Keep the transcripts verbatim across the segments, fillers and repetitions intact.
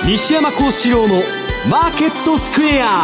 西山幸四郎のマーケットスクエア。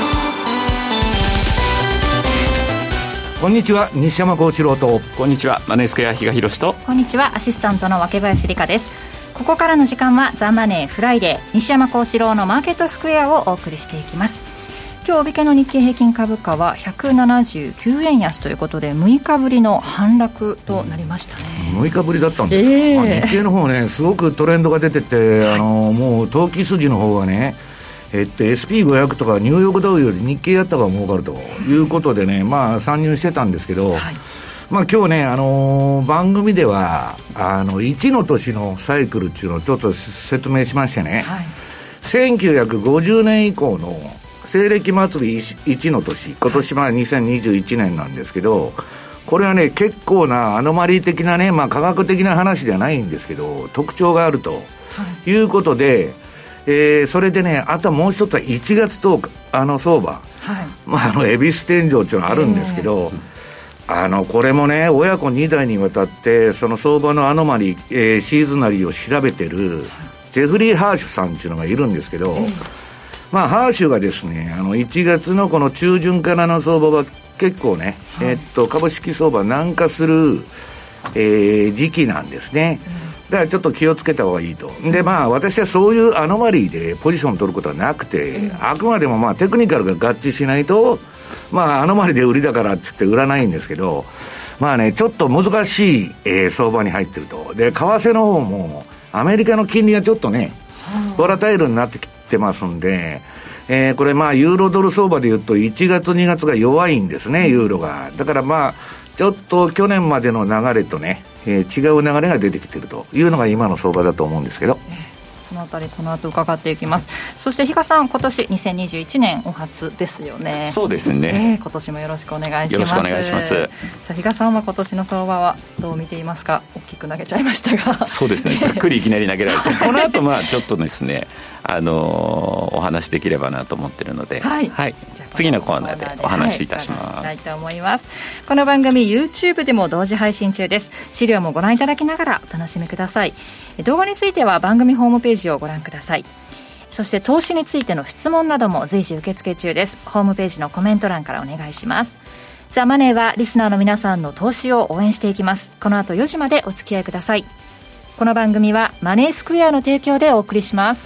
こんにちは、西山幸四郎と。 こんにちは、マネースクエア比嘉宏と。 こんにちは、アシスタントの若林理香です。ここからの時間はザ・マネーフライデー、西山幸四郎のマーケットスクエアをお送りしていきます。今日お引けの日経平均株価はひゃくななじゅうきゅうえん安ということで、むいかぶりの反落となりましたね。 むいかぶりだったんですか、えー、日経の方ね、すごくトレンドが出てて、はい、あのもう投機筋の方がね、えっと、エスピーごひゃく とかニューヨークダウより日経やった方が儲かるということでね、まあ参入してたんですけど、はい、まあ今日ね、あのー、番組ではあのいちの年のサイクルっていうのをちょっと説明しましてね、はい、せんきゅうひゃくごじゅうねん以降の西暦祭りいちの年、今年はにせんにじゅういちねんなんですけど、これはね、結構なアノマリー的なね、まあ科学的な話ではないんですけど、特徴があるということで、はい、えー、それでね、あとはもう一つはいちがつとおか、あの相場、はい、まあ、あの恵比寿天井っていうのがあるんですけど、えー、あのこれもね、親子にだいにわたってその相場のアノマリー、えー、シーズナリーを調べてるジェフリー・ハーシュさんっていうのがいるんですけど、えーまあ、ハーシュがですね、あのいちがつのこの中旬からの相場は結構ね、はい、えー、っと株式相場軟化する、えー、時期なんですね。だからちょっと気をつけた方がいいと。で、まあ私はそういうアノマリーでポジション取ることはなくて、あくまでもまあテクニカルが合致しないと、まあアノマリーで売りだからっつって売らないんですけど、まあね、ちょっと難しい、えー、相場に入ってると。で、為替の方もアメリカの金利がちょっとね、ボラタイルになってきててますんで、えー、これまあユーロドル相場でいうといちがつにがつが弱いんですね、ユーロが。だからまあちょっと去年までの流れとね、えー、違う流れが出てきているというのが今の相場だと思うんですけど、 そのあたりこの後伺っていきます。そして比嘉さん、今年にせんにじゅういちねんお初ですよね。 そうですね、 えー、今年もよろしくお願いします。 よろしくお願いします。 さあ、比嘉さんは今年の相場はどう見ていますか。大きく投げちゃいましたが。 そうですね、ざっくりいきなり投げられてこの後まあちょっとですね、あのー、お話できればなと思っているので、はいはい、次のコーナーでお話しいたします。 はい、したいと思います。この番組 YouTube でも同時配信中です。資料もご覧いただきながらお楽しみください。動画については番組ホームページをご覧ください。そして投資についての質問なども随時受付中です。ホームページのコメント欄からお願いします。ザ・マネーはリスナーの皆さんの投資を応援していきます。この後よじまでお付き合いください。この番組はマネースクエアの提供でお送りします。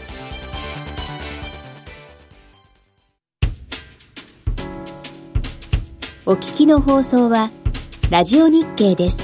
お聞きの放送はラジオ日経です。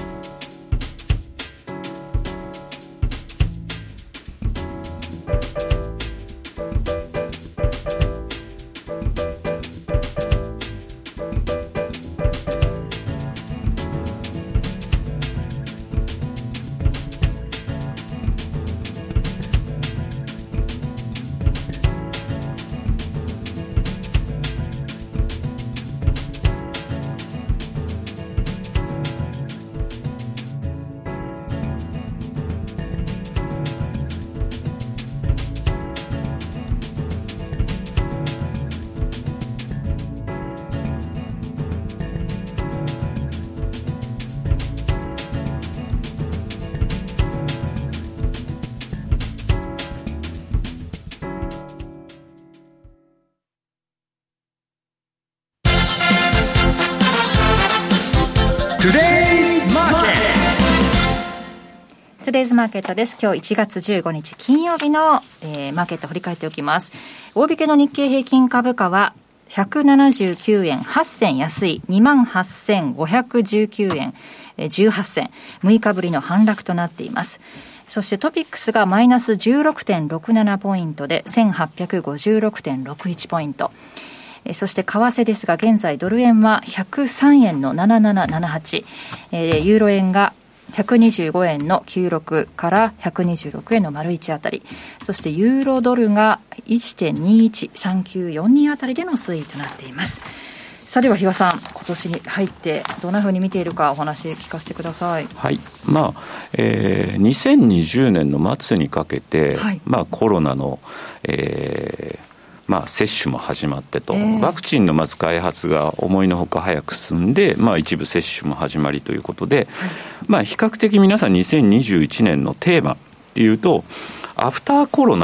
トゥデイズマーケットです。今日いちがつじゅうごにち金曜日の、えー、マーケットを振り返っておきます。大引けの日経平均株価はひゃくななじゅうきゅうえんはち銭安い にまんはっせんごひゃくじゅうきゅうえんじゅうはち銭、むいかぶりの反落となっています。そしてトピックスがマイナス じゅうろくてんろくなな ポイントで せんはっぴゃくごじゅうろくてんろくいち ポイント。そして為替ですが、現在ドル円はひゃくさんえんのななななななはち、えー、ユーロ円がひゃくにじゅうごえんのきゅうじゅうろくからひゃくにじゅうろくえんの丸いちあたり、そしてユーロドルが いってんにいちさんきゅうよんに あたりでの推移となっています。さあ、では比嘉さん、今年に入ってどんなふうに見ているかお話聞かせてください。 はい、まあえー、にせんにじゅうねんの末にかけて、はい、まあ、コロナの、えーまあ、接種も始まってと、えー、ワクチンのまず開発が思いのほか早く進んで、まあ、一部接種も始まりということで、はい、まあ、比較的皆さんにせんにじゅういちねんのテーマっていうとアフターコロナと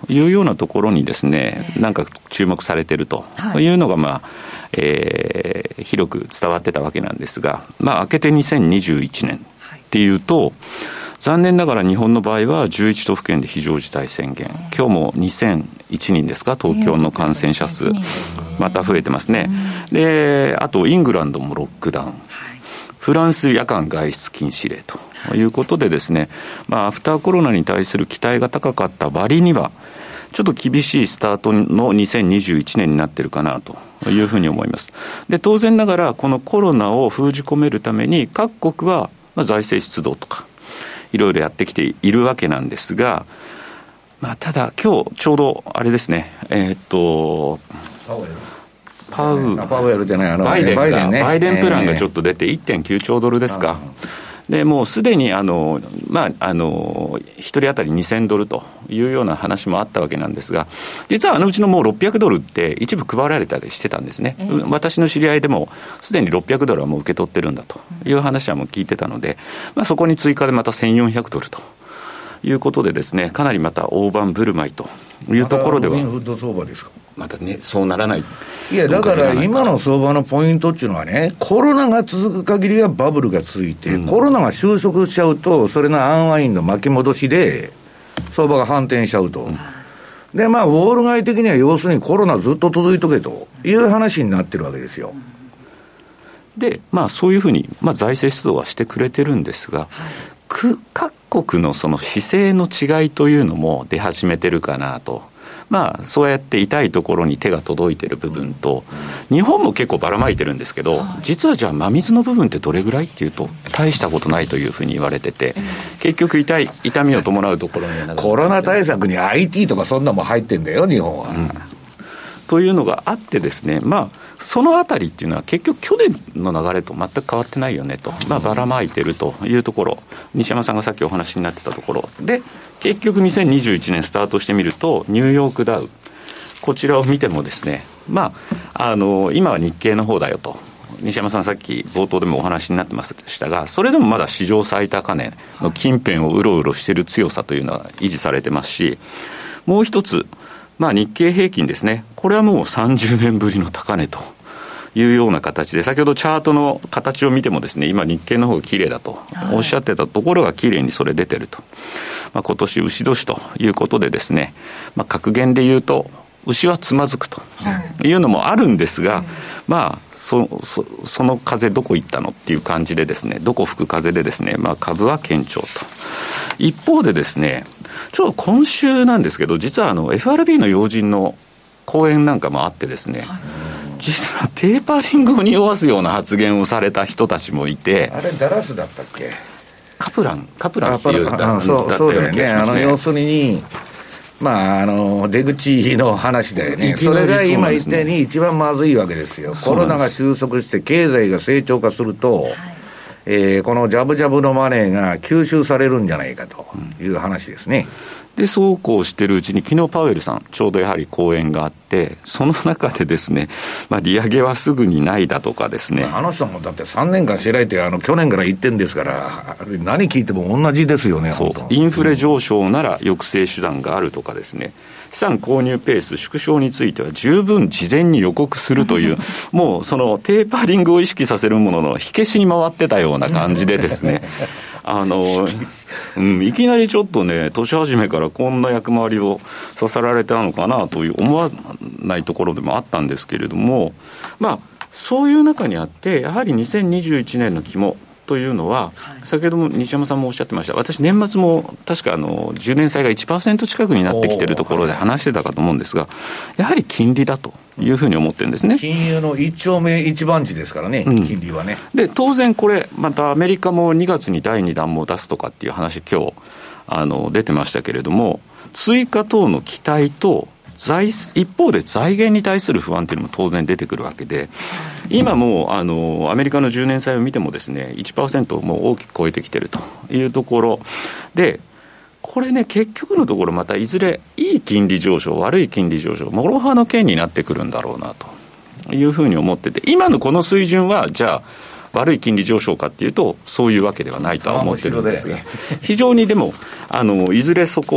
いうようなところにですね、なんか注目されているというのが、まあえー、広く伝わってたわけなんですが、まあ、明けてにせんにじゅういちねんっていうと、残念ながら日本の場合はじゅういち都府県で非常事態宣言、今日もにせんいちにんですか、東京の感染者数また増えてますね。で、あとイングランドもロックダウン、フランス夜間外出禁止令ということでですね、まあ、アフターコロナに対する期待が高かった割にはちょっと厳しいスタートのにせんにじゅういちねんになっているかなというふうに思います。で、当然ながらこのコロナを封じ込めるために各国はまあ財政出動とかいろいろやってきているわけなんですが、まあ、ただ今日ちょうどあれですね、えー、っとパウパウエルでね、あのバイデンがバイデンね、 バイデンプランがちょっと出て いってんきゅうちょうドルですか。でもうすでにあの、まあ、あのひとり当たりにせんドルというような話もあったわけなんですが、実はあのうちのもうろっぴゃくドルって一部配られたりしてたんですね、えー、私の知り合いでもすでにろっぴゃくドルはもう受け取ってるんだという話はもう聞いてたので、まあ、そこに追加でまたせんよんひゃくドルということでですね、かなりまた大盤振る舞いというところでは、 またロビンフッド相場ですか。 またね、そうならない。 いや、だから今の相場のポイントっていうのはね、コロナが続く限りはバブルが続いて、うん、コロナが収束しちゃうと、それのアンワインの巻き戻しで相場が反転しちゃうと、うん、でまあウォール街的には要するにコロナずっと続いとけという話になってるわけですよ。 でまあそういうふうに、まあ、財政出動はしてくれてるんですが、はい、く各国のその姿勢の違いというのも出始めてるかなと。まあ、そうやって痛いところに手が届いてる部分と、日本も結構ばらまいてるんですけど、実はじゃあ真水の部分ってどれぐらいっていうと大したことないというふうに言われてて、結局痛い痛みを伴うところにはなる。 コロナ対策に アイティー とかそんなもん入ってんだよ日本は、うん、 というのがあってですね、まあそのあたりっていうのは結局去年の流れと全く変わってないよねと、まあ、ばらまいてるというところ、西山さんがさっきお話になってたところで、結局にせんにじゅういちねんスタートしてみるとニューヨークダウ、こちらを見てもですね、まあ、あの今は日経の方だよと西山さんさっき冒頭でもお話になってましたが、それでもまだ史上最高値の近辺をうろうろしている強さというのは維持されてますし、もう一つ、まあ、日経平均ですね、これはもうさんじゅうねんぶりの高値というような形で、先ほどチャートの形を見てもですね、今日経の方が綺麗だとおっしゃってたところが綺麗にそれ出てると、まあ、今年牛年ということでですね、まあ、格言で言うと牛はつまずくというのもあるんですが、まあ そ, そ, その風どこ行ったのっていう感じでですね、どこ吹く風でですね、まあ、株は堅調と。一方でですね、ちょっと今週なんですけど、実はあの エフアールビー の要人の講演なんかもあってですね、実はテーパーリングを匂わすような発言をされた人たちもいて、 あれダラスだったっけ、 カプランカプランっていうだだそうそうだよね、あの要するにまあ、あの出口の話だよね。それが今言ったように一番まずいわけですよ。コロナが収束して経済が成長化すると、はい、えー、このジャブジャブのマネーが吸収されるんじゃないかという話ですね。 うん、でそうこうしてるうちに昨日パウエルさんちょうどやはり講演があって、その中でですね、まあ、利上げはすぐにないだとかですね、 あの人もだってさんねんかん開いてあの去年から言ってんですから、あれ何聞いても同じですよね。 そう、インフレ上昇なら抑制手段があるとかですね、資産購入ペース縮小については十分事前に予告するというもうそのテーパーリングを意識させるものの火消しに回ってたような感じでですねあの、うん、いきなりちょっとね、年始めからこんな役回りをさせられたのかなという思わないところでもあったんですけれども、まあそういう中にあって、やはりにせんにじゅういちねんの肝というのは、はい、先ほども西山さんもおっしゃってました、私年末も確かあのじゅうねん債が いちパーセント 近くになってきているところで話してたかと思うんですが、やはり金利だというふうに思ってるんですね。 金融の一丁目一番地ですからね、うん、金利はね。 で当然これまたアメリカもにがつにだいに弾も出すとかっていう話今日あの出てましたけれども、追加等の期待と財一方で財源に対する不安というのも当然出てくるわけで、今もうあのアメリカのじゅうねん債を見てもですね いちパーセント をもう大きく超えてきているというところで、これね、結局のところまたいずれいい金利上昇悪い金利上昇諸刃の剣になってくるんだろうなというふうに思ってて、今のこの水準はじゃあ悪い金利上昇かっていうとそういうわけではないとは思ってるんですが、非常にでもあのいずれそこ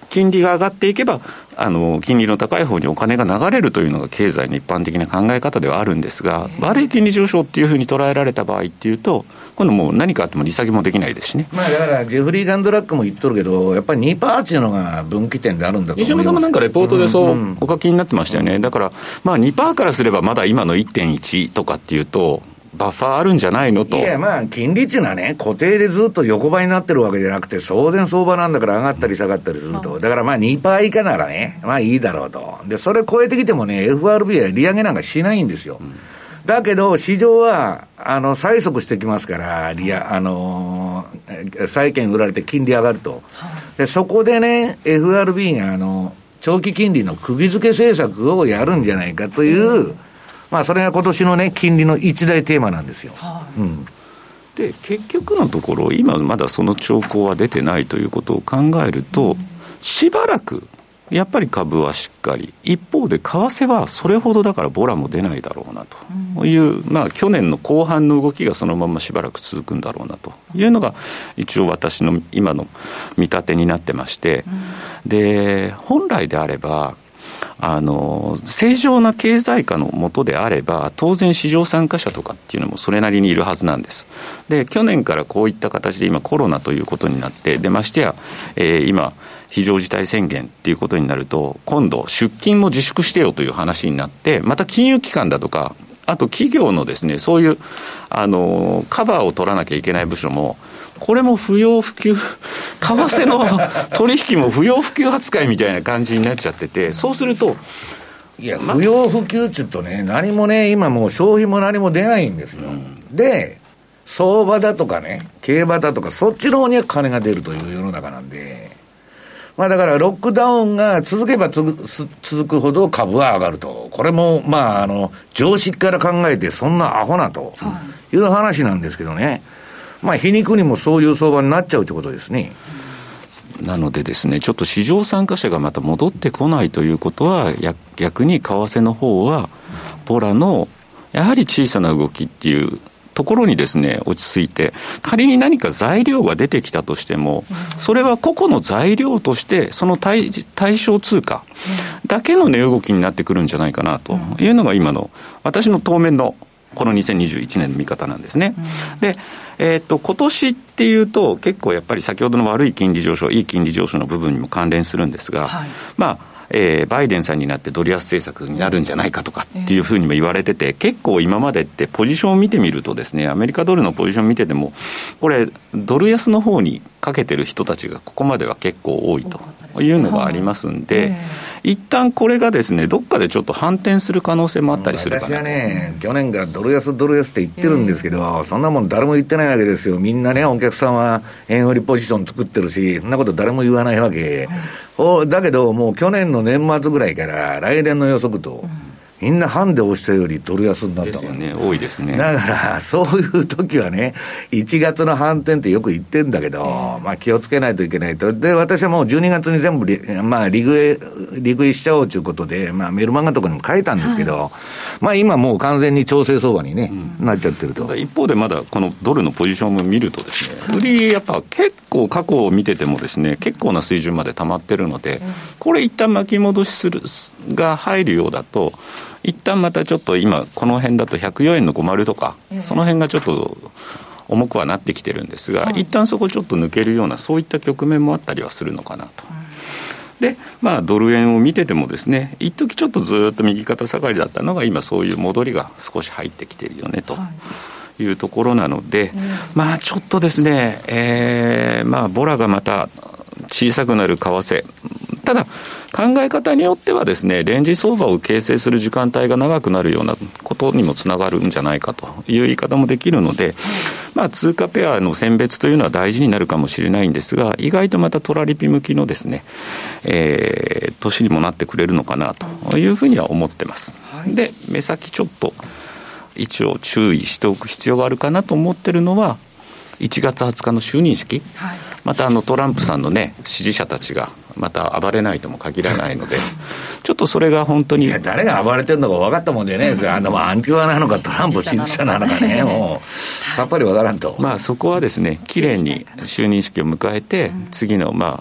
金利が上がっていけばあの金利の高い方にお金が流れるというのが経済の一般的な考え方ではあるんですが、悪い金利上昇っていうふうに捉えられた場合っていうと今度もう何かあっても利下げもできないですしね。 まあだからジェフリー・ガンドラックも言っとるけどやっぱり にパーセント っていうのが分岐点であるんだと思います。 西山さんもなんかレポートでそうお書きになってましたよね、うんうん、だからまあ にパーセント からすればまだ今の いってんいち とかっていうとバッファーあるんじゃないのと。 いやまあ金利っていうのはね固定でずっと横ばいになってるわけじゃなくて当然相場なんだから上がったり下がったりすると、うん、だからまあ にパーセント 以下ならねまあいいだろうと。でそれ超えてきてもね エフアールビー は利上げなんかしないんですよ、うん、だけど市場はあの催促してきますから利あの債券売られて金利上がると。でそこでね エフアールビー があの長期金利の釘付け政策をやるんじゃないかという、うん、まあそれが今年のね金利の一大テーマなんですよ、はあうん、 で結局のところ今まだその兆候は出てないということを考えると、うん、しばらくやっぱり株はしっかり、一方で為替はそれほどだからボラも出ないだろうなという、うん、まあ去年の後半の動きがそのまましばらく続くんだろうなというのが一応私の今の見立てになってまして、うん、で本来であればあの正常な経済下の下であれば当然市場参加者とかっていうのもそれなりにいるはずなんです。で去年からこういった形で今コロナということになって、でましてや、えー、今非常事態宣言っていうことになると今度出勤も自粛してよという話になって、また金融機関だとかあと企業のですねそういうあのカバーを取らなきゃいけない部署もこれも不要不急為替の取引も不要不急扱いみたいな感じになっちゃってて、そうするといや不要不急っちゅうとね何もね今もう消費も何も出ないんですよ、うん、で相場だとかね競馬だとかそっちの方には金が出るという世の中なんで、まあだからロックダウンが続けば続くほど株は上がると。これもまああの常識から考えてそんなアホなという話なんですけどね、まあ皮肉にもそういう相場になっちゃうということですね。 なのでですねちょっと市場参加者がまた戻ってこないということは逆に為替の方はボラのやはり小さな動きっていうところにですね落ち着いて、仮に何か材料が出てきたとしてもそれは個々の材料としてその 対, 対象通貨だけの値動きになってくるんじゃないかなというのが今の私の当面のこのにせんにじゅういちねんの見方なんですね、うん、で、えー、っと今年っていうと結構やっぱり先ほどの悪い金利上昇いい金利上昇の部分にも関連するんですが、はい、まあえー、バイデンさんになってドル安政策になるんじゃないかとかっていうふうにも言われてて、結構今までってポジションを見てみるとですねアメリカドルのポジションを見ててもこれドル安の方にかけてる人たちがここまでは結構多いというのがありますんで、一旦これがですねどっかでちょっと反転する可能性もあったりするかな。 私はね去年からドル安ドル安って言ってるんですけど、そんなもん誰も言ってないわけですよ。みんなねお客さんは円売りポジション作ってるしそんなこと誰も言わないわけ、おだけどもう去年の年末ぐらいから来年の予測と、うんみんなハンデ押したよりドル安になったですよね。多いですね。 だからそういう時はねいちがつの反転ってよく言ってんだけど、まあ気をつけないといけないと。で私はもうじゅうにがつに全部リ、まあ、利食い利食いしちゃおうということで、まあ、メルマガとかにも書いたんですけど、はい、まあ今もう完全に調整相場に、ねうん、なっちゃってると。 一方でまだこのドルのポジションを見るとですね、売りやっぱ結構過去を見ててもですね結構な水準まで溜まってるので、これ一旦巻き戻しするが入るようだと一旦またちょっと今この辺だとひゃくよえんのごじゅうとか、えー、その辺がちょっと重くはなってきてるんですが、はい、一旦そこちょっと抜けるようなそういった局面もあったりはするのかなと、うん、でまあドル円を見ててもですね一時ちょっとずっと右肩下がりだったのが今そういう戻りが少し入ってきてるよねと、はいいうところなので、うん、まあちょっとですね、えー、まあボラがまた小さくなる為替、ただ考え方によってはですねレンジ相場を形成する時間帯が長くなるようなことにもつながるんじゃないかという言い方もできるので、まあ通貨ペアの選別というのは大事になるかもしれないんですが、意外とまたトラリピ向きのですね、えー、年にもなってくれるのかなというふうには思ってます。で目先ちょっと一応注意しておく必要があるかなと思ってるのはいちがつはつかの就任式、はい、またあのトランプさんのね支持者たちがまた暴れないとも限らないのでちょっとそれが本当にいや誰が暴れてるのか分かったもんでね、うん、あのアンティワなのかトランプ支持者なのかねもうさっぱり分からんと、 まあそこはですねきれいに就任式を迎えて、うん、次のまあ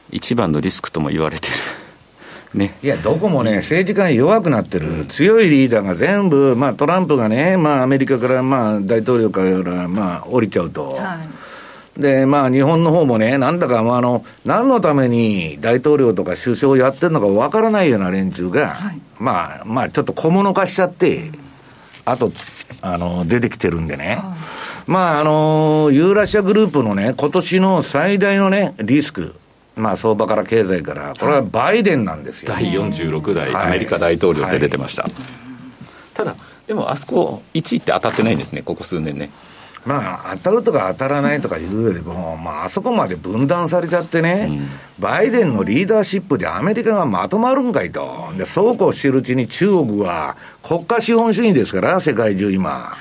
一番のリスクとも言われてるね、 いやどこもね政治家が弱くなってる、うん、強いリーダーが全部、まあ、トランプがね、まあ、アメリカから、まあ、大統領から、まあ、降りちゃうと、はい、でまあ日本の方もねなんだか、まあ、あの何のために大統領とか首相やってるのかわからないような連中が、はい、まあまあちょっと小物化しちゃって、うん、あとあの出てきてるんでね、はい、まああのユーラシアグループのね今年の最大のねリスク、まあ相場から経済からこれはバイデンなんですよ。 だいよんじゅうろくだいアメリカ大統領って出てました、はいはい、ただでもあそこいちいって当たってないんですねここ数年ね。 まあ当たるとか当たらないとかいうよりも、まああそこまで分断されちゃってね、うん、バイデンのリーダーシップでアメリカがまとまるんかいと。でそうこうしてるうちに中国は国家資本主義ですから世界中今、はい、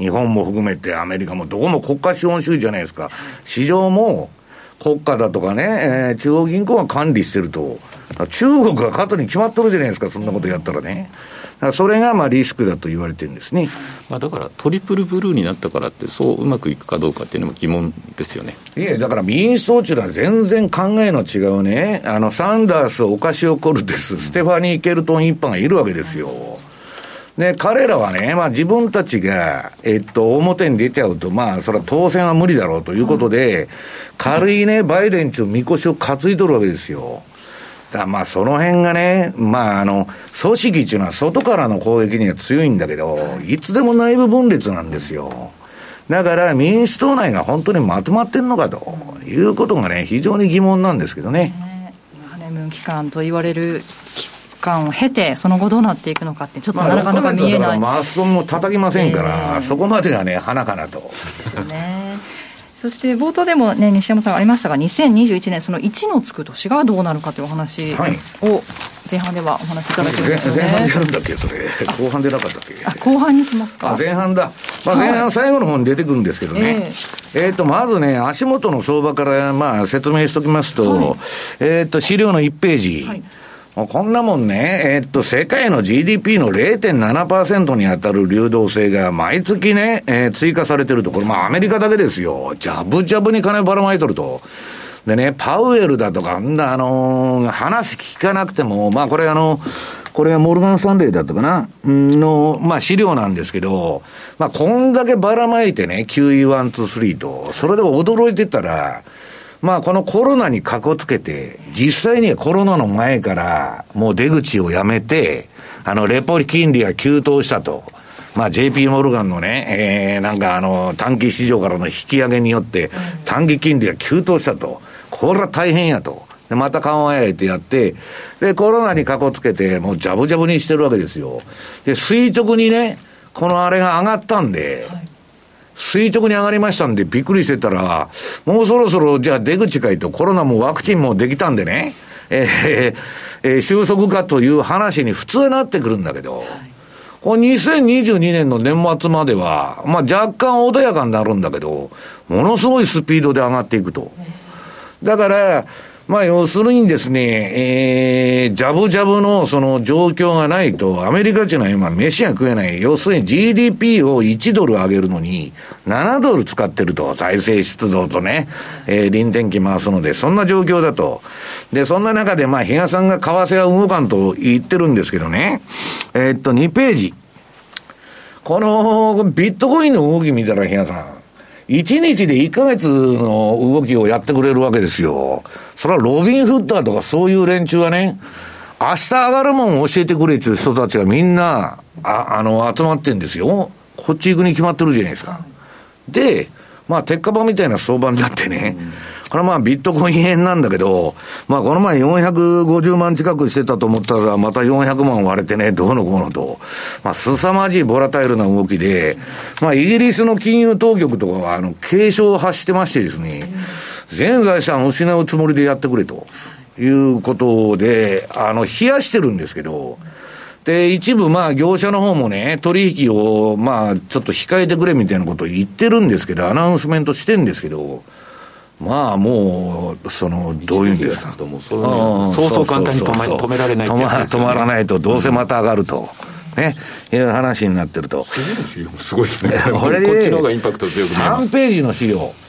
日本も含めてアメリカもどこも国家資本主義じゃないですか。市場も国家だとかね、えー、中央銀行が管理してると、中国が勝つに決まってるじゃないですか、そんなことやったらね。だからそれがまあリスクだと言われてるんですね。 まあ、だからトリプルブルーになったからってそううまくいくかどうかっていうのも疑問ですよね。 いやだから民主党っていうのは全然考えの違うね、あのサンダース、オカシオ・コルテス、ステファニー・ケルトン一派がいるわけですよ。で彼らはね、まあ、自分たちが、えっと、表に出ちゃうと、まあ、それは当選は無理だろうということで、うん、軽いね、バイデンちゅうみこしを担いとるわけですよ。だまあ、その辺がね、まあ、あの、組織っていうのは外からの攻撃には強いんだけど、いつでも内部分裂なんですよ。だから民主党内が本当にまとまってんのかということがね、非常に疑問なんですけどね。 ハネムーン期間と言われる間を経てその後どうなっていくのかってちょっとなかなか見えない、 まあ、マスコミも叩きませんから、えー、そこまでがね花かなとですよね。そして冒頭でもね西山さんありましたがにせんにじゅういちねんそのいちのつく年がどうなるかというお話を前半ではお話しいただけるんですよね。 前半でやるんだっけそれ後半でなかったっけ。 あ後半にしますか。 あ前半だ、まあ、前半最後の方に出てくるんですけどね、はい、えー、とまずね足元の相場からまあ説明しておきますと、はい、えー、と資料のいちページ、はい、こんなもんね、えー、っと、世界の ジーディーピー の れいてんななパーセント に当たる流動性が毎月ね、えー、追加されてると。これまあアメリカだけですよ。ジャブジャブに金ばらまいとると。でね、パウエルだとか、んだ、あのー、話聞かなくても、まあこれあの、これはモルガン・スタンレーだったかなの、まあ資料なんですけど、まあこんだけばらまいてね、キューイーワン、ツー、スリー と、それで驚いてたら、まあこのコロナにかこつけて、実際にはコロナの前からもう出口をやめて、あのレポ金利が急騰したと。まあ ジェイピー モルガンのね、えー、なんかあの短期市場からの引き上げによって短期金利が急騰したと。これは大変やと。でまた緩和やえてやって、でコロナにかこつけてもうジャブジャブにしてるわけですよ。で垂直にね、このあれが上がったんで、はい、垂直に上がりましたんでびっくりしてたら、もうそろそろじゃあ出口かいと、コロナもワクチンもできたんでね、えーえー、収束かという話に普通はなってくるんだけど、はい、これにせんにじゅうにねんの年末までは、まあ若干穏やかになるんだけど、ものすごいスピードで上がっていくと。だから、まあ要するにですね、えー、ジャブジャブのその状況がないと、アメリカ人は今飯が食えない。要するに ジーディーピー をいちドル上げるのにななドル使ってると。財政出動とね、えー、臨転機回すので、そんな状況だと。で、そんな中でまあ比嘉さんが為替は動かんと言ってるんですけどね。えー、っと、にページ。このビットコインの動き見たら比嘉さん。いちにちでいっかげつの動きをやってくれるわけですよ。それはロビンフッダーとかそういう連中はね、明日上がるもん教えてくれっていう人たちがみんな、あ、あの、集まってんですよ。こっち行くに決まってるじゃないですか。で、まあ、鉄火場みたいな相場になってね、これはまあビットコイン円なんだけど、まあこの前よんひゃくごじゅうまん近くしてたと思ったらまたよんひゃくまん割れてね、どうのこうのと、まあ凄まじいボラタイルな動きで、まあイギリスの金融当局とかはあの警鐘を発してましてですね、全財産を失うつもりでやってくれということで、あの冷やしてるんですけど、で、一部まあ業者の方もね、取引をまあちょっと控えてくれみたいなことを言ってるんですけど、アナウンスメントしてるんですけど、まあもう、その、どういうんですか。 そうそう簡単に止め、止められないってやつですよね。 止まらないとどうせまた上がると。うん、ね。いう話になってると。 すごいですね。これで、こっちの方がインパクト強く見えます。 さんページの資料。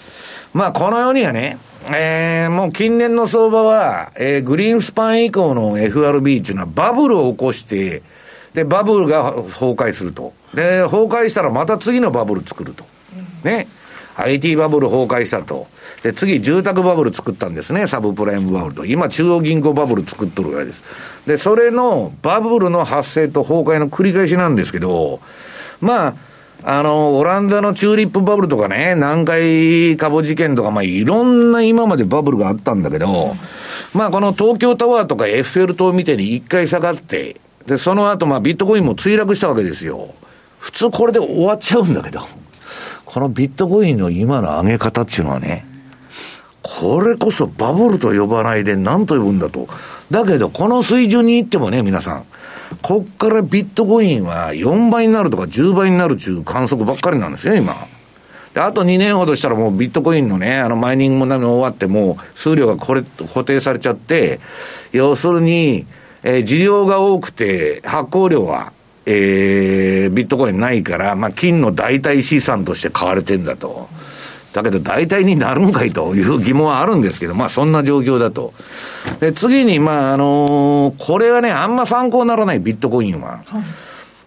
まあこのようにはね、えー、もう近年の相場は、えー、グリーンスパン以降の エフアールビー っていうのはバブルを起こして、で、バブルが崩壊すると。で、崩壊したらまた次のバブル作ると。ね。アイティー バブル崩壊したと。で、次、住宅バブル作ったんですね。サブプライムバブルと。今、中央銀行バブル作っとるわけです。で、それのバブルの発生と崩壊の繰り返しなんですけど、まあ、あの、オランダのチューリップバブルとかね、南海株事件とか、まあ、いろんな今までバブルがあったんだけど、まあ、この東京タワーとかエッフェル塔みたいに一回下がって、で、その後、まあ、ビットコインも墜落したわけですよ。普通これで終わっちゃうんだけど、このビットコインの今の上げ方っていうのはね、これこそバブルと呼ばないで何と呼ぶんだと。だけど、この水準に行ってもね、皆さん、こっからビットコインはよんばいになるとかじゅうばいになるっていう観測ばっかりなんですよ、今。で、あとにねんほどしたらもうビットコインのね、あのマイニングも何も終わってもう数量がこれ固定されちゃって、要するに、えー、需要が多くて発行量は、えー、ビットコインないから、まあ、金の代替資産として買われてんだと。だけど代替になるんかいという疑問はあるんですけど、まあそんな状況だと。で、次に、まああのー、これはね、あんま参考にならないビットコインは。はい、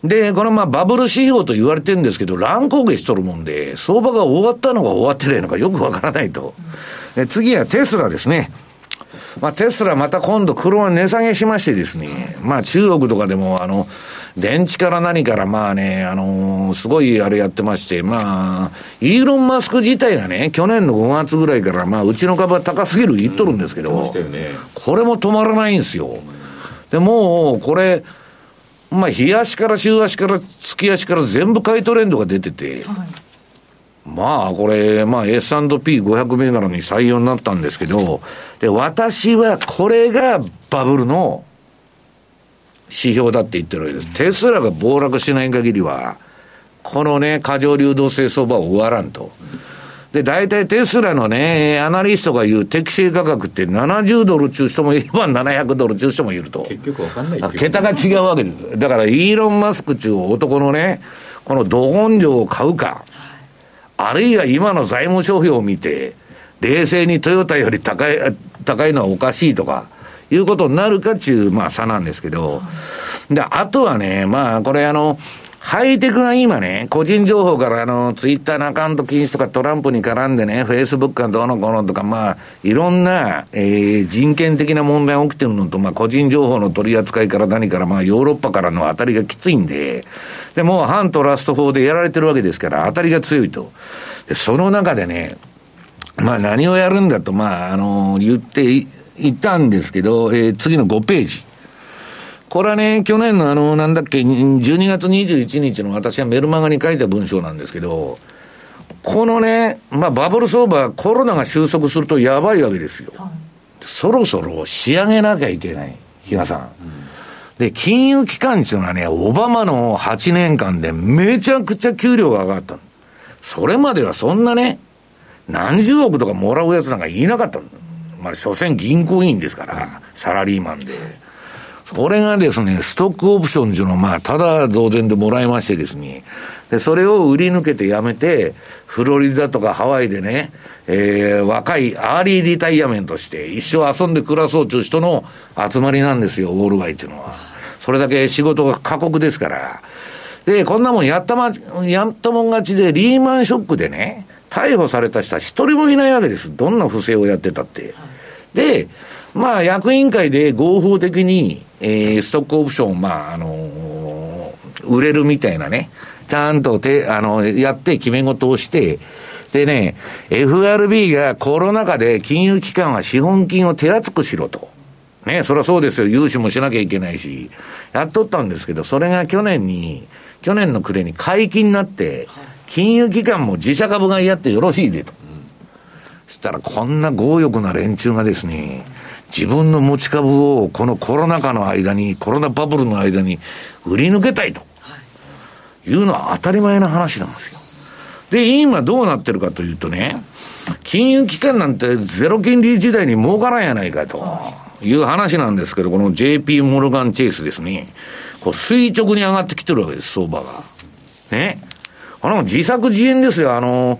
で、このまあバブル指標と言われてるんですけど、乱高下しとるもんで、相場が終わったのか終わってないのかよくわからないと。で、次はテスラですね。まあ、テスラまた今度車値下げしましてですね、まあ中国とかでもあの、電池から何からまあね、あのー、すごいあれやってまして、まあ、イーロン・マスク自体がね、去年のごがつぐらいからまあ、うちの株は高すぎる言っとるんですけど、うんね、これも止まらないんですよ。で、もう、これ、まあ、日足から週足から月足から全部買いトレンドが出てて、はい、まあ、これ、まあ、エスアンドピーごひゃく 銘柄に採用になったんですけど、で、私はこれがバブルの指標だって言ってるわけです。テスラが暴落しない限りは、このね、過剰流動性相場は終わらんと。で、大体テスラのね、アナリストが言う適正価格ってななじゅうドル中人もいればななひゃくドル中人もいると。 結局わかんないっていう。 桁が違うわけです。だからイーロン・マスク中男のね、このど根性を買うか、あるいは今の財務諸表を見て、冷静にトヨタより高い、高いのはおかしいとか、いうことになるかっていう、まあ、差なんですけど。で、あとはね、まあ、これあの、ハイテクが今ね、個人情報からあの、ツイッターのアカウント禁止とかトランプに絡んでね、フェイスブックがどうのこうのとか、まあ、いろんな、えー、人権的な問題が起きてるのと、まあ、個人情報の取り扱いから何から、まあ、ヨーロッパからの当たりがきついんで、で、もう反トラスト法でやられてるわけですから、当たりが強いと。で、その中でね、まあ、何をやるんだと、まあ、あの、言って、言ったんですけど、えー、次のごページ。これはね、去年のあの、なんだっけ、じゅうにがつにじゅういちにちの私はメルマガに書いた文章なんですけど、このね、まあバブル相場、コロナが収束するとやばいわけですよ。はい、そろそろ仕上げなきゃいけない、比嘉さん。うん、で、金融機関っていうのはね、オバマのはちねんかんでめちゃくちゃ給料が上がった。それまではそんなね、何十億とかもらうやつなんかいなかったの。まあ、所詮銀行員ですから、サラリーマンで。それがですね、ストックオプションっていうのを、まあ、ただ同然でもらいましてですね、で、それを売り抜けてやめて、フロリダとかハワイでね、えー、若いアーリーリタイアメントして、一生遊んで暮らそうという人の集まりなんですよ、ウォール街っていうのは。それだけ仕事が過酷ですから。で、こんなもんやったま、やったもん勝ちで、リーマンショックでね、逮捕された人は一人もいないわけです。どんな不正をやってたって。で、まあ、役員会で合法的に、えー、ストックオプションを、まあ、あのー、売れるみたいなね、ちゃんとて、あの、やって決め事をして、でね、エフアールビー がコロナ禍で金融機関は資本金を手厚くしろと。ね、そりゃそうですよ。融資もしなきゃいけないし、やっとったんですけど、それが去年に、去年の暮れに解禁になって、金融機関も自社株買いやってよろしいでと。そしたらこんな強欲な連中がですね、自分の持ち株をこのコロナ禍の間に、コロナバブルの間に売り抜けたいというのは当たり前の話なんですよ。で、今どうなってるかというとね、金融機関なんてゼロ金利時代に儲からんやないかという話なんですけど、この ジェーピー モルガンチェイスですね、こう垂直に上がってきてるわけです、相場が。ね。あの、自作自演ですよ。あの、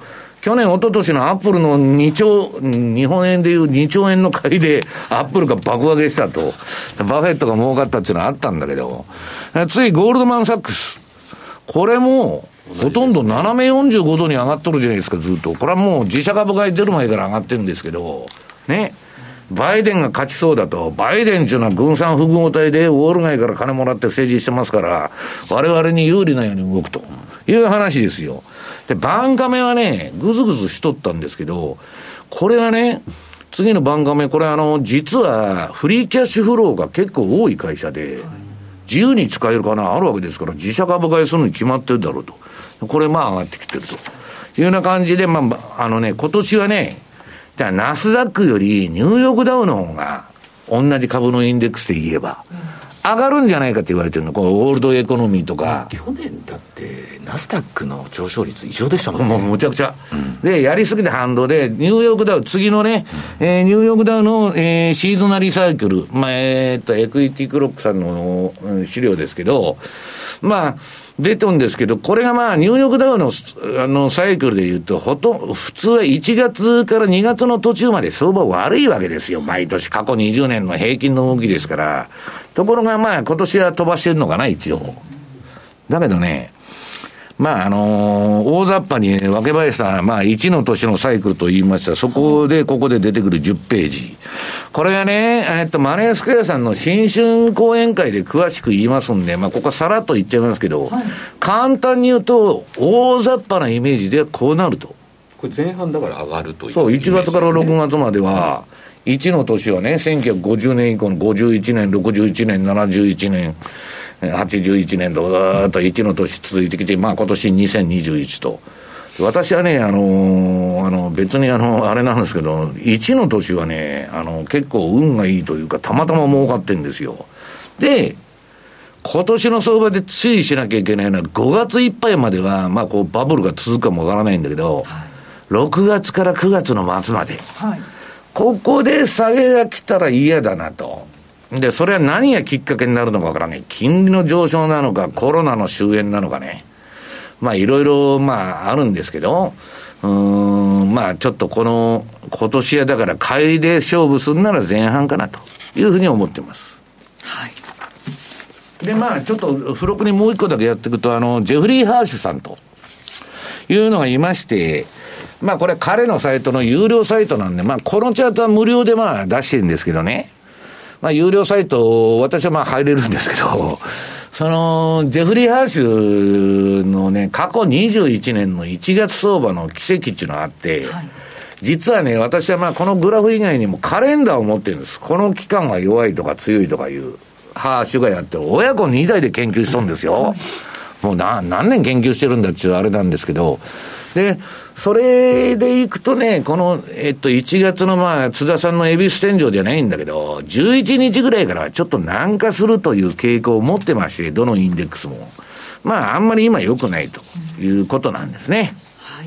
去年、一昨年のアップルのにちょう、日本円でいうにちょうえんの買いで、アップルが爆上げしたと。バフェットが儲かったっていうのはあったんだけど、次、ゴールドマンサックス。これも、ほとんど斜めよんじゅうごどに上がっとるじゃないですか、ずっと。これはもう自社株買い出る前から上がってるんですけど、ね。バイデンが勝ちそうだと、バイデンっていうのは軍産複合体でウォール街から金もらって政治してますから、我々に有利なように動くという話ですよ。で、バンカメはね、ぐずぐずしとったんですけど、これはね、次のバンカメ、これあの、実はフリーキャッシュフローが結構多い会社で、自由に使えるかな、あるわけですから、自社株買いするのに決まってるだろうと。これまあ上がってきてるというような感じで、まあ、あのね、今年はね、ナスダックよりニューヨークダウの方が同じ株のインデックスで言えば上がるんじゃないかって言われてるの。このオールドエコノミーとか。 去年だってナスダックの上昇率異常でしたもんね。 もうむちゃくちゃ、うん、でやりすぎて反動でニューヨークダウ次のね、うんえー、ニューヨークダウの、えー、シーズナリーサイクル、まあえー、っとエクイティクロックさんの、うん、資料ですけど、まあ出とんですけど、これがまあニューヨークダウのあのサイクルで言うと、ほとんど普通はいちがつからにがつの途中まで相場悪いわけですよ。毎年過去にじゅうねんの平均の動きですから。ところがまあ今年は飛ばしてるのかな一応。だけどね、まああのー、大雑把に若林さん、まあいちの年のサイクルと言いました。そこでここで出てくるじゅっページ。これがね、えっとマネースクエアさんの新春講演会で詳しく言いますんで、まあここはさらっと言っちゃいますけど、はい、簡単に言うと大雑把なイメージではこうなると。 これ前半だから上がるという、ね、 そういちがつからろくがつまでは、うん、いちの年はねせんきゅうひゃくごじゅうねん以降のごじゅういちねんろくじゅういちねんななじゅういちねんはちじゅういちねんとずーっといちの年続いてきて、まあ今年にせんにじゅういちと。私はね、あのー、あの、別にあの、あれなんですけど、いちの年はね、あの、結構運がいいというか、たまたま儲かってんですよ。で、今年の相場で注意しなきゃいけないのは、ごがついっぱいまでは、まあこうバブルが続くかもわからないんだけど、はい、ろくがつからくがつの末まで、はい、ここで下げが来たら嫌だなと。で、それは何がきっかけになるのかわからない。金利の上昇なのか、コロナの終焉なのかね。まあ、いろいろ、まあ、あるんですけど、うーん、まあ、ちょっとこの、今年はだから、買いで勝負するなら前半かなというふうに思ってます。はい。で、まあ、ちょっと、付録にもう一個だけやっていくと、あの、ジェフリー・ハーシュさんというのがいまして、まあ、これ彼のサイトの有料サイトなんで、まあ、このチャートは無料でまあ、出してるんですけどね。まあ、有料サイト、私はまあ入れるんですけど、その、ジェフリー・ハーシュのね、過去にじゅういちねんのいちがつ相場の奇跡っていうのがあって、はい、実はね、私はまあこのグラフ以外にもカレンダーを持ってるんです。この期間が弱いとか強いとかいう、ハーシュがやってる。親子にだいで研究しとるんですよ。はい、もうな何年研究してるんだっていうあれなんですけど、で、それでいくとね、この、えっと、いちがつのまあ、津田さんの恵比寿天井じゃないんだけど、じゅういちにちぐらいからちょっと軟化するという傾向を持ってまして、どのインデックスも。まあ、あんまり今良くないということなんですね。 はい。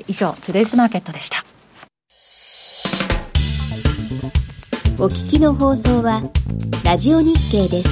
以上、トゥデイズマーケットでした。 お聞きの放送は、ラジオ日経です。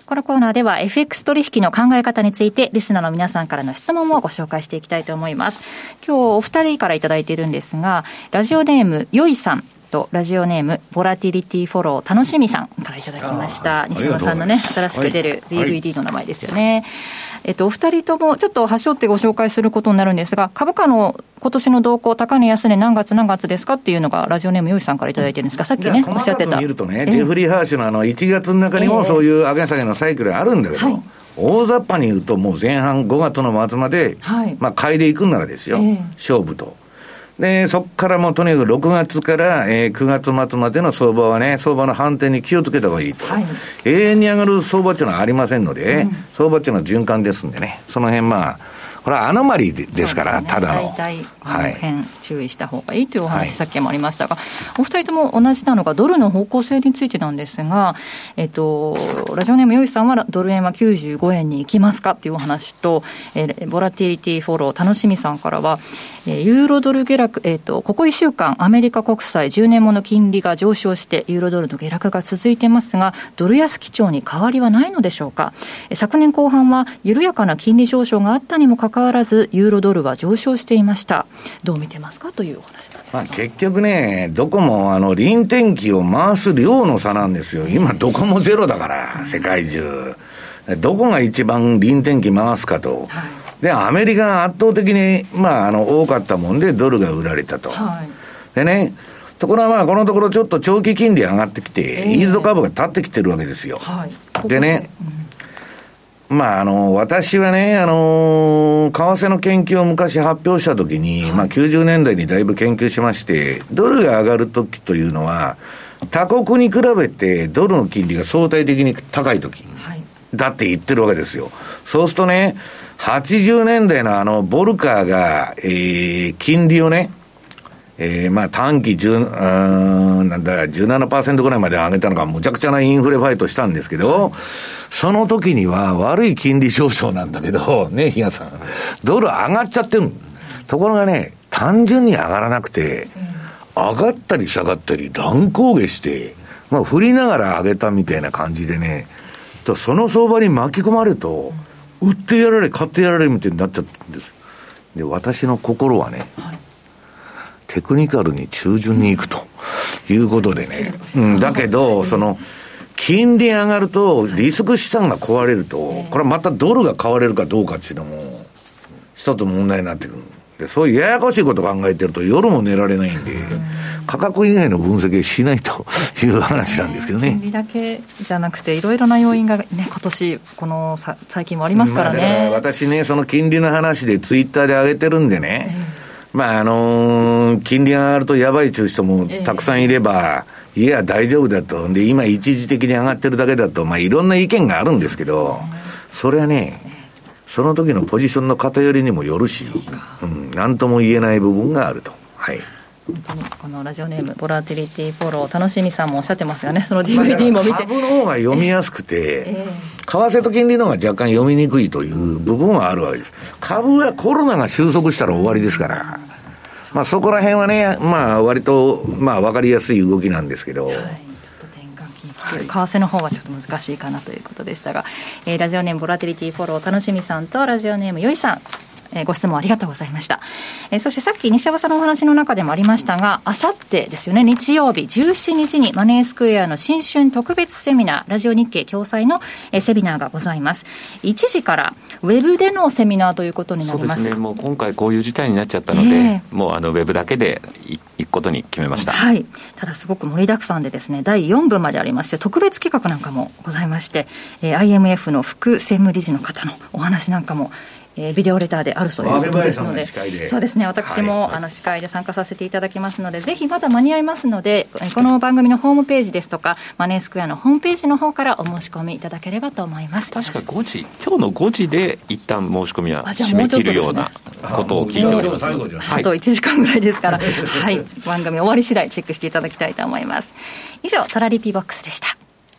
このコーナーでは エフエックス 取引の考え方についてリスナーの皆さんからの質問をご紹介していきたいと思います。今日お二人からいただいているんですが、ラジオネームよいさんとラジオネームボラティリティフォロー楽しみさんからいただきました。西山さんのね、新しく出る ディーブイディー の名前ですよね、はいはい。えっと、お二人ともちょっと端折ってご紹介することになるんですが、株価の今年の動向、高値安値何月何月ですかっていうのがラジオネームよいさんからいただいてるんですが、さっきねおっしゃってた。細かく見るとね、ジェフリー・ハーシュのあのいちがつの中にもそういう上げ下げのサイクルあるんだけど、はい、大雑把に言うともう前半ごがつの末まで、はい、まあ買いでいくんならですよ、えー、勝負と。で、そこからもうとにかくろくがつから、えー、くがつ末までの相場はね、相場の反転に気をつけた方がいいと。はい、永遠に上がる相場っていうのはありませんので、うん、相場っていうのは循環ですんでね、その辺まあ、これはアノマリーですから、ね、ただの。 大体、はい、辺注意した方がいいというお話、はい、さっきもありましたが、お二人とも同じなのが、ドルの方向性についてなんですが、えっと、ラジオネームよいさんは、ドル円はきゅうじゅうごえんに行きますかっていうお話と、えー、ボラティリティフォロー、楽しみさんからは、ユーロドル下落、えっと、ここいっしゅうかん、アメリカ国債じゅうねんもの金利が上昇して、ユーロドルの下落が続いてますが、ドル安基調に変わりはないのでしょうか。昨年後半は、緩やかな金利上昇があったにもかかわらず、ユーロドルは上昇していました。どう見てますかというお話なんです。 まあ、結局ね、どこもあの臨転機を回す量の差なんですよ。今どこもゼロだから、世界中。どこが一番臨転機回すかと。はい、で、アメリカが圧倒的に、まあ、あの、多かったもんで、ドルが売られたと。はい、でね、ところがまあ、このところちょっと長期金利上がってきて、えー、イールド株が立ってきてるわけですよ。はい、ここでね、うん、まあ、あの、私はね、あの、為替の研究を昔発表したときに、はい、まあ、きゅうじゅうねんだいにだいぶ研究しまして、ドルが上がるときというのは、他国に比べてドルの金利が相対的に高いとき、はい、だって言ってるわけですよ。そうするとね、はちじゅうねんだいのあの、ボルカーが、えー、金利をね、えー、まあ短期じゅう、なんだ、じゅうななパーセント ぐらいまで上げたのがむちゃくちゃなインフレファイトしたんですけど、その時には悪い金利上昇なんだけど、ね、比嘉さん、ドル上がっちゃってる。ところがね、単純に上がらなくて、上がったり下がったり乱高下して、まあ振りながら上げたみたいな感じでね、とその相場に巻き込まれると、売ってやられ、買ってやられみたいになっちゃったんです。で、私の心はね、はい、テクニカルに中順に行くということでね、うん、だけど、その、金利上がると、リスク資産が壊れると、これはまたドルが買われるかどうかっていうのも、一つ問題になってくる。で、そういうややこしいことを考えてると、夜も寝られないんで、価格以外の分析しないという話なんですけどね。 金利だけじゃなくて、いろいろな要因がね、今年、このさ最近もありますからね。まあ、だから私ね、その金利の話でツイッターで上げてるんでね、えー、まああのー、金利が上がるとやばいという人もたくさんいれば、えー、いや大丈夫だと。で、今一時的に上がってるだけだと、まあいろんな意見があるんですけど、それはね、その時のポジションの偏りにもよるし、うん、何とも言えない部分があると。はい。 このラジオネームボラティリティフォロー楽しみさんもおっしゃってますよね。その ディーブイディー も見て、 株の方が読みやすくて、えー、為替と金利の方が若干読みにくいという部分はあるわけです。株はコロナが収束したら終わりですから、まあそこら辺はね、まあ割とまあ分かりやすい動きなんですけど、はい、 為替の方はちょっと難しいかなということでしたが、えー、ラジオネームボラティリティフォロー楽しみさんとラジオネームよいさん、えー、ご質問ありがとうございました。えー、そしてさっき西山さんのお話の中でもありましたが、あさってですよね、日曜日じゅうしちにちにマネースクエアの新春特別セミナー、ラジオ日経共催の、えー、セミナーがございます。いちじからウェブでのセミナーということになります。 そうですね、もう今回こういう事態になっちゃったので、えー、もうあのウェブだけで行くことに決めました。 はい。ただすごく盛りだくさんでですね、だいよんぶまでありまして、特別企画なんかもございまして、えー、アイエムエフ の副専務理事の方のお話なんかもえー、ビデオレターであるそういうことですので、そうですね、私も、はい、あの司会で参加させていただきますので、ぜひまだ間に合いますので、この番組のホームページですとかマネースクエアのホームページの方からお申し込みいただければと思います。 確かごじ、今日のごじで一旦申し込みは締め切るようなことを聞いております。 あといちじかんぐらいですから、はい、番組終わり次第チェックしていただきたいと思います。以上、トラリピボックスでした。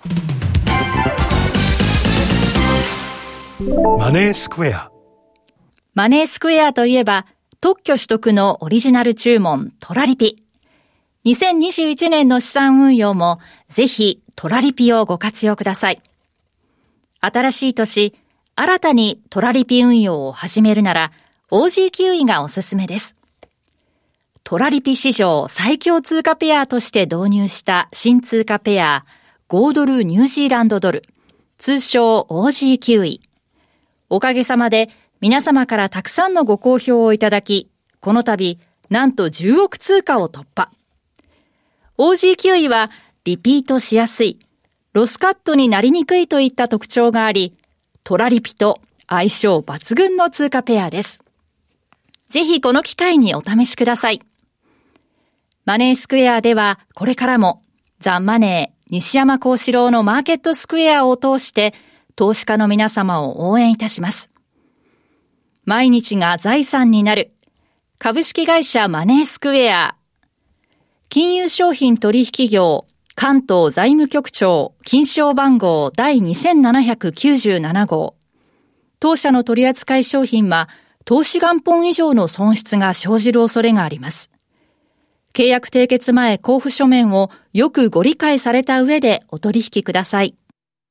マネースクエア。 マネースクエアといえば、特許取得のオリジナル注文、トラリピ。にせんにじゅういちねんの資産運用も、ぜひトラリピをご活用ください。 新しい年、新たにトラリピ運用を始めるなら オージー キウイがおすすめです。トラリピ史上最強通貨ペアとして導入した新通貨ペアごドルニュージーランドドル、通称 オージー キウイ。おかげさまで皆様からたくさんのご好評をいただき、この度なんとじゅうおく通貨を突破。オージー キウイはリピートしやすい、ロスカットになりにくいといった特徴があり、トラリピと相性抜群の通貨ペアです。ぜひこの機会にお試しください。マネースクエアではこれからもザンマネー西山幸四郎のマーケットスクエアを通して投資家の皆様を応援いたします。毎日が財産になる株式会社マネースクエア、金融商品取引業関東財務局長金賞番号第にせんななひゃくきゅうじゅうなな号。当社の取扱い商品は投資元本以上の損失が生じる恐れがあります。契約締結前交付書面をよくご理解された上でお取引ください。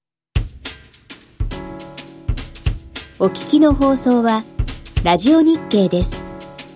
お聞きの放送はラジオ日経です。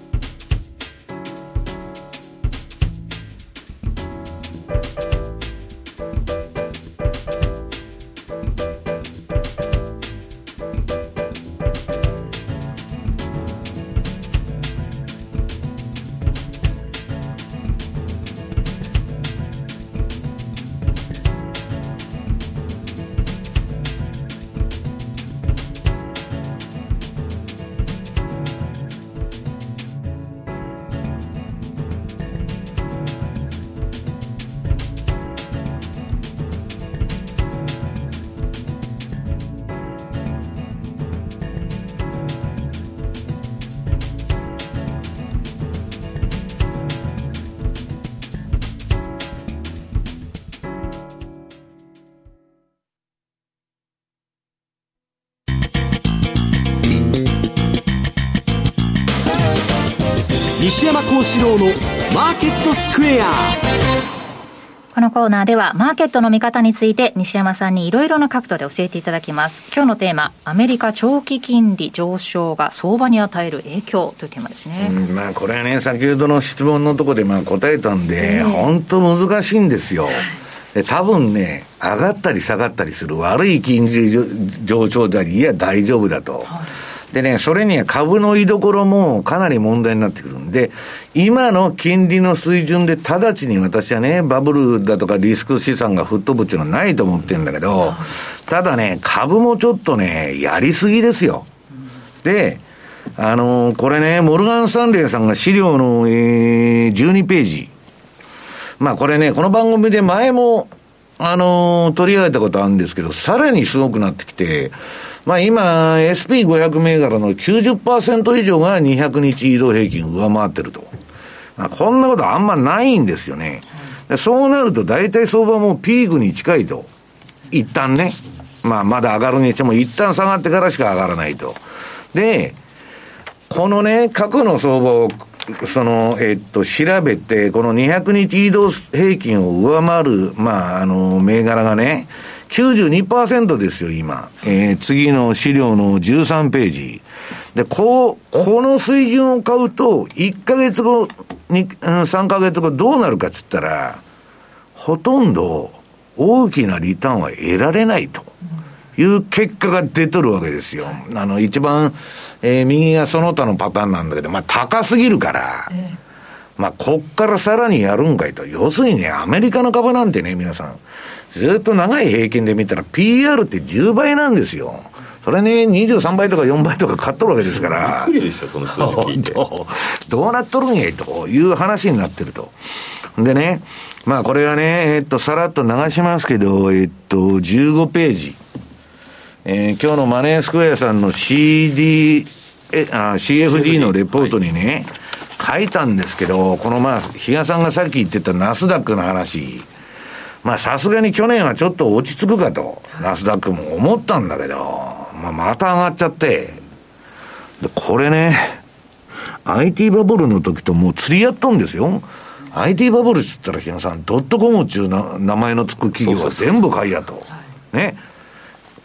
西山幸四郎のマーケットスクエア。 このコーナーではマーケットの見方について西山さんにいろいろな角度で教えていただきます。今日のテーマ、アメリカ長期金利上昇が相場に与える影響というテーマですね。 うん、まあこれはね、先ほどの質問のところでまあ答えたんで、本当難しいんですよ。で多分ね、上がったり下がったりする悪い金利上昇であり、いや大丈夫だと、はい、でね、それには株の居所もかなり問題になってくるんで、今の金利の水準で直ちに私はね、バブルだとかリスク資産が吹っ飛ぶっていうのはないと思ってるんだけど、ただね、株もちょっとね、やりすぎですよ。で、あのー、これね、モルガン・スタンレーさんが資料の、えー、じゅうにページ。まあこれね、この番組で前も、あのー、取り上げたことあるんですけど、さらにすごくなってきて、まあ今 エスピーごひゃく 銘柄の きゅうじゅっパーセント 以上がにひゃくにち移動平均上回ってると、まあ、こんなことあんまないんですよね。そうなると大体相場もピークに近いと、一旦ね、まあまだ上がるにしても一旦下がってからしか上がらないと。でこのね、過去の相場をそのえっと調べて、このにひゃくにち移動平均を上回るまああの銘柄がねきゅうじゅうにパーセント ですよ今、えー、次の資料のじゅうさんページで、こうこの水準を買うといっかげつごにさんかげつごどうなるかっつったら、ほとんど大きなリターンは得られないという結果が出とるわけですよ。あの一番、えー、右がその他のパターンなんだけど、まあ高すぎるから、ええ、まあこっからさらにやるんかいと。要するにね、アメリカの株なんてね、皆さんずっと長い平均で見たら ピーアール ってじゅうばいなんですよ。それね、にじゅうさんばいとかよんばいとか買っとるわけですから。 びっくりでした、その数字聞いて。 どうなっとるんやいという話になってると。でね、まあこれはね、えっと、さらっと流しますけど、えっと、じゅうごページ。えー、今日のマネースクエアさんの シーディー、え、あ、シーエフディー のレポートにね、はい、書いたんですけど、このまあ、比嘉さんがさっき言ってたナスダックの話、まあさすがに去年はちょっと落ち着くかと、ナスダックも思ったんだけど、まあまた上がっちゃって、でこれね、アイティー バブルの時ともう釣り合っとんですよ。アイティー バブルって言ったら、比嘉さん、ドットコムっていうな名前のつく企業は全部買いやと。ね。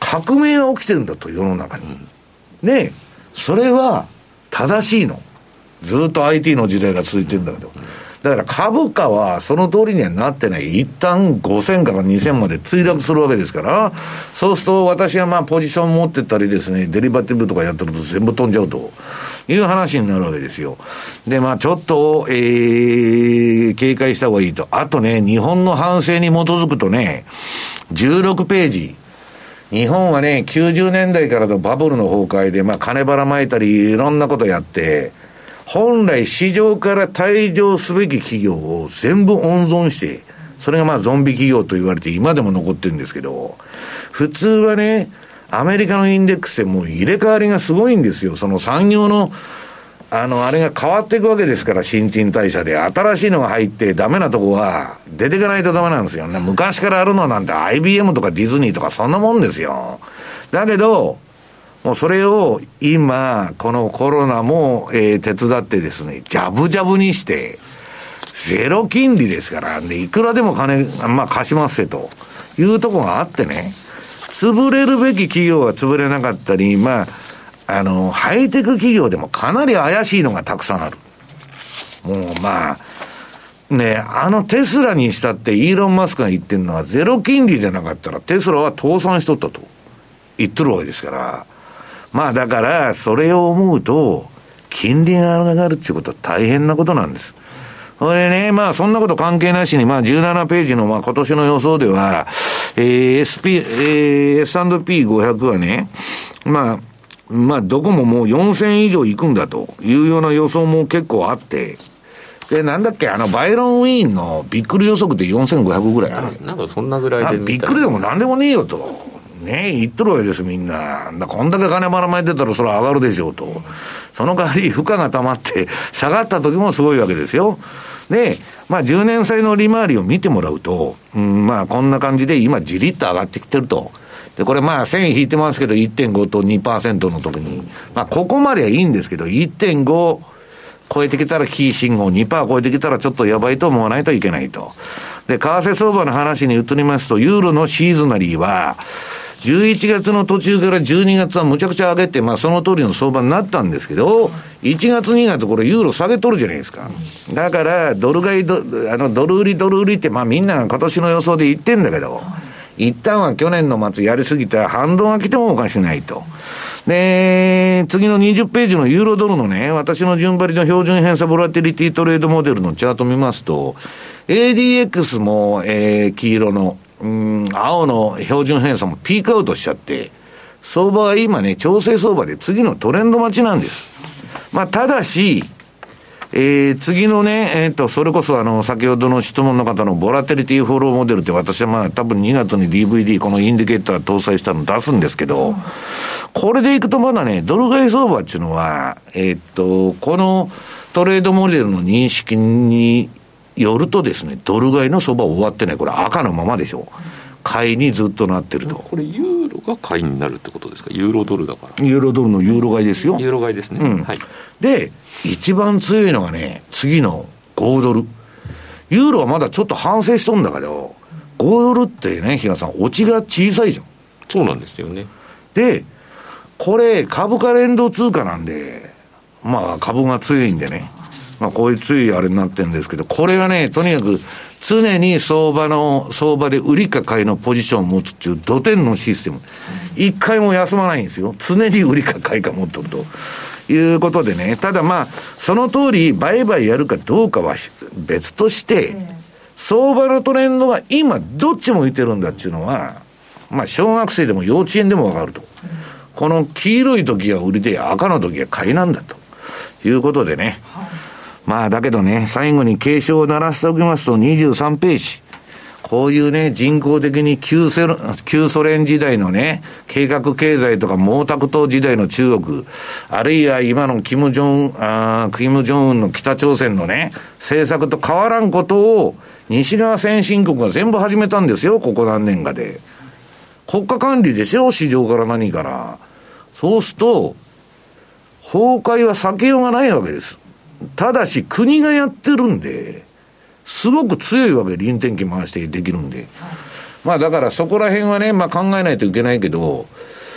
革命が起きてるんだと、世の中に。ね、それは正しいの。ずっと アイティー の時代が続いてるんだけど。だから株価はその通りにはなってない。一旦ごせんからにせんまで墜落するわけですから、そうすると私はまあポジション持ってったりですね、デリバティブとかやってると全部飛んじゃうという話になるわけですよ。で、まあちょっと、えー、警戒した方がいいと。あとね、日本の反省に基づくとね、じゅうろくページ。日本はね、きゅうじゅうねんだいからのバブルの崩壊で、まあ金ばらまいたり、いろんなことやって、本来市場から退場すべき企業を全部温存して、それがまあゾンビ企業と言われて今でも残ってるんですけど、普通はね、アメリカのインデックスってもう入れ替わりがすごいんですよ。その産業の、あの、あれが変わっていくわけですから、新陳代謝で。新しいのが入ってダメなとこは出ていかないとダメなんですよね。昔からあるのなんて アイビーエム とかディズニーとかそんなもんですよ。だけど、もうそれを今、このコロナも、えー、手伝ってですね、ジャブジャブにして、ゼロ金利ですから、で、いくらでも金、まあ貸しますせというところがあってね、潰れるべき企業は潰れなかったり、まあ、あの、ハイテク企業でもかなり怪しいのがたくさんある。もうまあ、ね、あのテスラにしたってイーロン・マスクが言ってるのはゼロ金利でなかったらテスラは倒産しとったと言ってるわけですから、まあだから、それを思うと、金利が上がるっていうことは大変なことなんです。これね、まあそんなこと関係なしに、まあじゅうななページのまあ今年の予想では、えー、エスピー、えー、エスアンドピーごひゃく はね、まあ、まあどこももうよんせん以上行くんだというような予想も結構あって、で、なんだっけ、あの、バイロン・ウィーンのびっくり予測でよんせんごひゃくぐらいある。 なんかそんなぐらいで。 びっくりでもなんでもねえよと。ねえ、言っとるわけです、みんな。だこんだけ金ばらまいてたらそれは上がるでしょうと。その代わり負荷が溜まって下がった時もすごいわけですよ。で、まあじゅうねん債の利回りを見てもらうと、うん、まあこんな感じで今じりっと上がってきてると。で、これまあ線引いてますけど いってんご と にパーセント の時に、まあここまではいいんですけど いってんご 超えてきたらキー信号 にパーセント 超えてきたらちょっとやばいと思わないといけないと。で、為替相場の話に移りますと、ユーロのシーズナリーは、じゅういちがつの途中からじゅうにがつはむちゃくちゃ上げて、まあその通りの相場になったんですけど、いちがつにがつこれユーロ下げとるじゃないですか。だから、ドル買いド、あの、ドル売りドル売りって、まあみんなが今年の予想で言ってんだけど、一旦は去年の末やりすぎた反動が来てもおかしくないと。で、次のにじゅうページのユーロドルのね、私の順張りの標準偏差ボラティリティトレードモデルのチャート見ますと、エーディーエックス も、えー、黄色の、うん、青の標準偏差もピークアウトしちゃって、相場は今ね、調整相場で次のトレンド待ちなんです。まあ、ただし、えー、次のね、えっと、それこそあの、先ほどの質問の方のボラテリティフォローモデルって私はまあ多分にがつに ディーブイディー このインディケーター搭載したの出すんですけど、これでいくとまだね、ドル買い相場っていうのは、えっと、このトレードモデルの認識によるとですね、ドル買いの相場は終わってない。これ赤のままでしょ。買いにずっとなってると。 これユーロが買いになるってことですか？ユーロドルだから。 ユーロドルのユーロ買いですよ。 ユーロ買いですね。うん。はい。 で、一番強いのがね、次のごドル。ユーロはまだちょっと反省しとんだけど、ごドルってね、比嘉さん、落ちが小さいじゃん。 そうなんですよね。 で、これ株価連動通貨なんで、まあ株が強いんでね、まあこういう強いあれになってるんですけど、これはね、とにかく常に相場の、相場で売りか買いのポジションを持つっていう土天のシステム。一回も休まないんですよ。常に売りか買いか持っとると。いうことでね、ただまあ、その通り売買やるかどうかは別として、相場のトレンドが今どっち向いてるんだっていうのは、まあ小学生でも幼稚園でもわかると。この黄色い時は売りで赤の時は買いなんだということでね。まあだけどね、最後に警鐘を鳴らしておきますとにじゅうさんページ。こういうね、人工的に旧ソ旧ソ連時代のね、計画経済とか毛沢東時代の中国、あるいは今のキム・ジョン、あー、キム・ジョンウンの北朝鮮のね、政策と変わらんことを西側先進国が全部始めたんですよ、ここ何年かで。国家管理でしょ、市場から何から。そうすると、崩壊は避けようがないわけです。ただし国がやってるんで、すごく強いわけ、臨転機回してできるんで。まあだからそこら辺はね、まあ考えないといけないけど、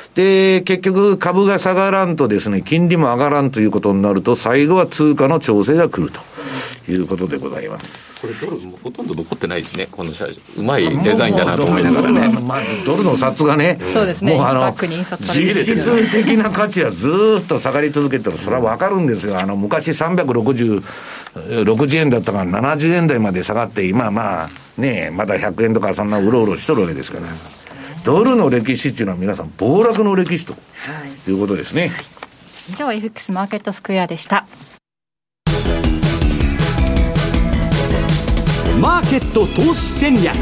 で、結局株が下がらんとですね、金利も上がらんということになると、最後は通貨の調整が来るということでございます。 これドルもほとんど残ってないですね、この社うまいデザインだなと思いながらね。 まあ、ドルの札がね、 そうですね、 もうあのバックに印刷されてる実質的な価値はずっと下がり続けてる、それは分かるんですよ。あの昔さんびゃくろくじゅうろくえんだったからななじゅうえん台まで下がって、今はまあね、まだひゃくえんとかそんなうろうろしとるわけですから、ドルの歴史っていうのは皆さん暴落の歴史ということですね。はい、 以上 エフエックス マーケットスクエアでした。 マーケット投資戦略。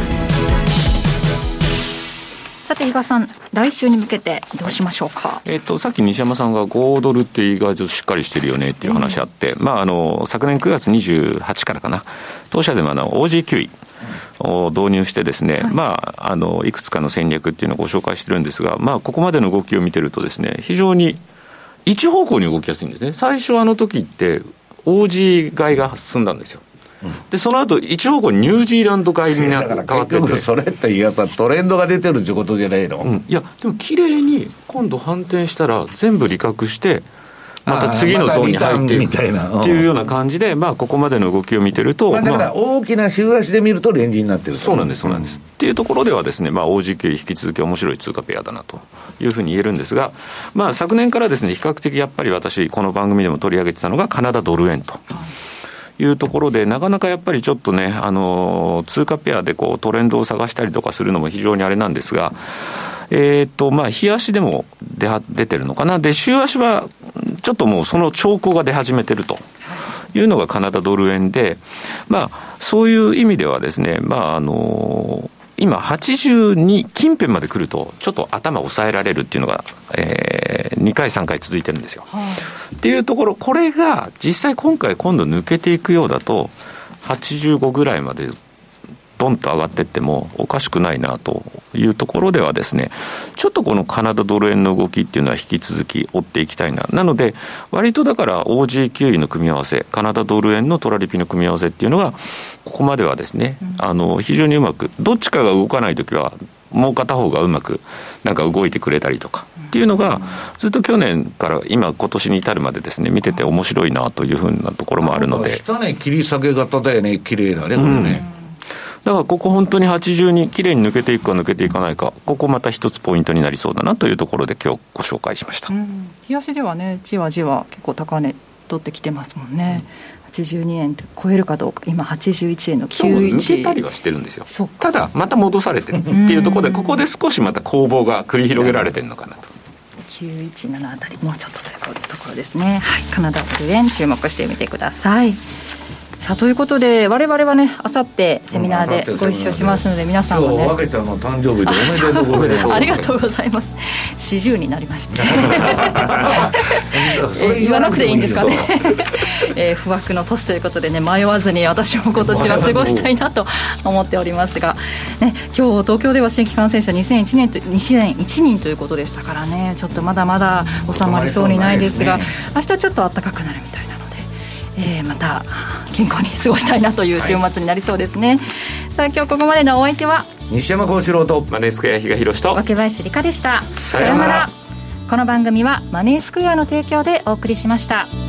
さて比嘉さん、来週に向けてどうしましょうか。 えっと、さっき西山さんがごドルって意外としっかりしてるよねっていう話あって、うん、まああの昨年くがつにじゅうはちからかな、当社でもあの オージーキューイーを導入してですね、はい、まああのいくつかの戦略っていうのをご紹介してるんですが、まあここまでの動きを見てるとですね、非常に一方向に動きやすいんですね。最初あの時って オージー 買いが進んだんですよ。でその後一方向にニュージーランド買いにな変わってて、 それっていやさトレンドが出てるってことじゃないの、 うん、いやでも綺麗に今度反転したら全部利確してまた次のゾーンに入っていくっていうような感じで、まあここまでの動きを見てると、 まあ、だから大きな週足で見るとレンジになってる。 そうなんですそうなんです、うん、っていうところではですね、まあ オージーキューイー 引き続き面白い通貨ペアだなというふうに言えるんですが、まあ昨年からですね、比較的やっぱり私この番組でも取り上げてたのがカナダドル円というところで、なかなかやっぱりちょっとね、あの通貨ペアでこうトレンドを探したりとかするのも非常にあれなんですが、えーとまあ、日足でも 出, 出てるのかな。で週足はちょっともうその兆候が出始めてるというのがカナダドル円で、まあ、そういう意味ではですね、まああの今はちじゅうに近辺まで来るとちょっと頭を抑えられるっていうのが、えー、にかいさんかい続いてるんですよ、はあ、っていうところ、これが実際今回今度抜けていくようだとはちじゅうごぐらいまでドンと上がっていってもおかしくないなというところではですね、ちょっとこのカナダドル円の動きっていうのは引き続き追っていきたいな。なので割とだから オージーキューイー の組み合わせ、カナダドル円のトラリピの組み合わせっていうのがここまではですね、うん、あの非常にうまく、どっちかが動かないときはもう片方がうまくなんか動いてくれたりとかっていうのがずっと去年から今今年に至るまでですね、見てて面白いなというふうなところもあるので、 下ね切り下げ型だよね、綺麗なねこれね、うん、 だからここ本当にはちじゅうにきれいに抜けていくか抜けていかないか、ここまた一つポイントになりそうだなというところで今日ご紹介しました。うん、 日足ではね、じわじわ結構高値取ってきてますもんね、うん、はちじゅうにえん超えるかどうか、今はちじゅういちえんのきゅうじゅういち、 抜けたりはしてるんですよ。ただまた戻されてるっていうところで、ここで少しまた攻防が繰り広げられてるのかなと。 きゅういちななあたりもうちょっとというところですね。はい、カナダドル円注目してみてください。さあということで我々はね、あさってセミナーでご一緒しますので、皆さんもね、 今日わけちゃんの誕生日でおめでとうございます。 ありがとうございます。よんじゅうになりましたそれ言わなくていいんですかねえー、不惑の年ということでね、迷わずに私も今年は過ごしたいなと思っておりますが、ね、今日東京では新規感染者にせんいちねんとにせんいちにんということでしたからね、ちょっとまだまだ収まりそうにないですが、明日ちょっと暖かくなるみたいなので、えー、また健康に過ごしたいなという週末になりそうですね、はい、さあ今日ここまでのお相手は西山幸四郎とマネースクエア比嘉宏と若林理香でした。 さようなら。 この番組はマネースクエアの提供でお送りしました。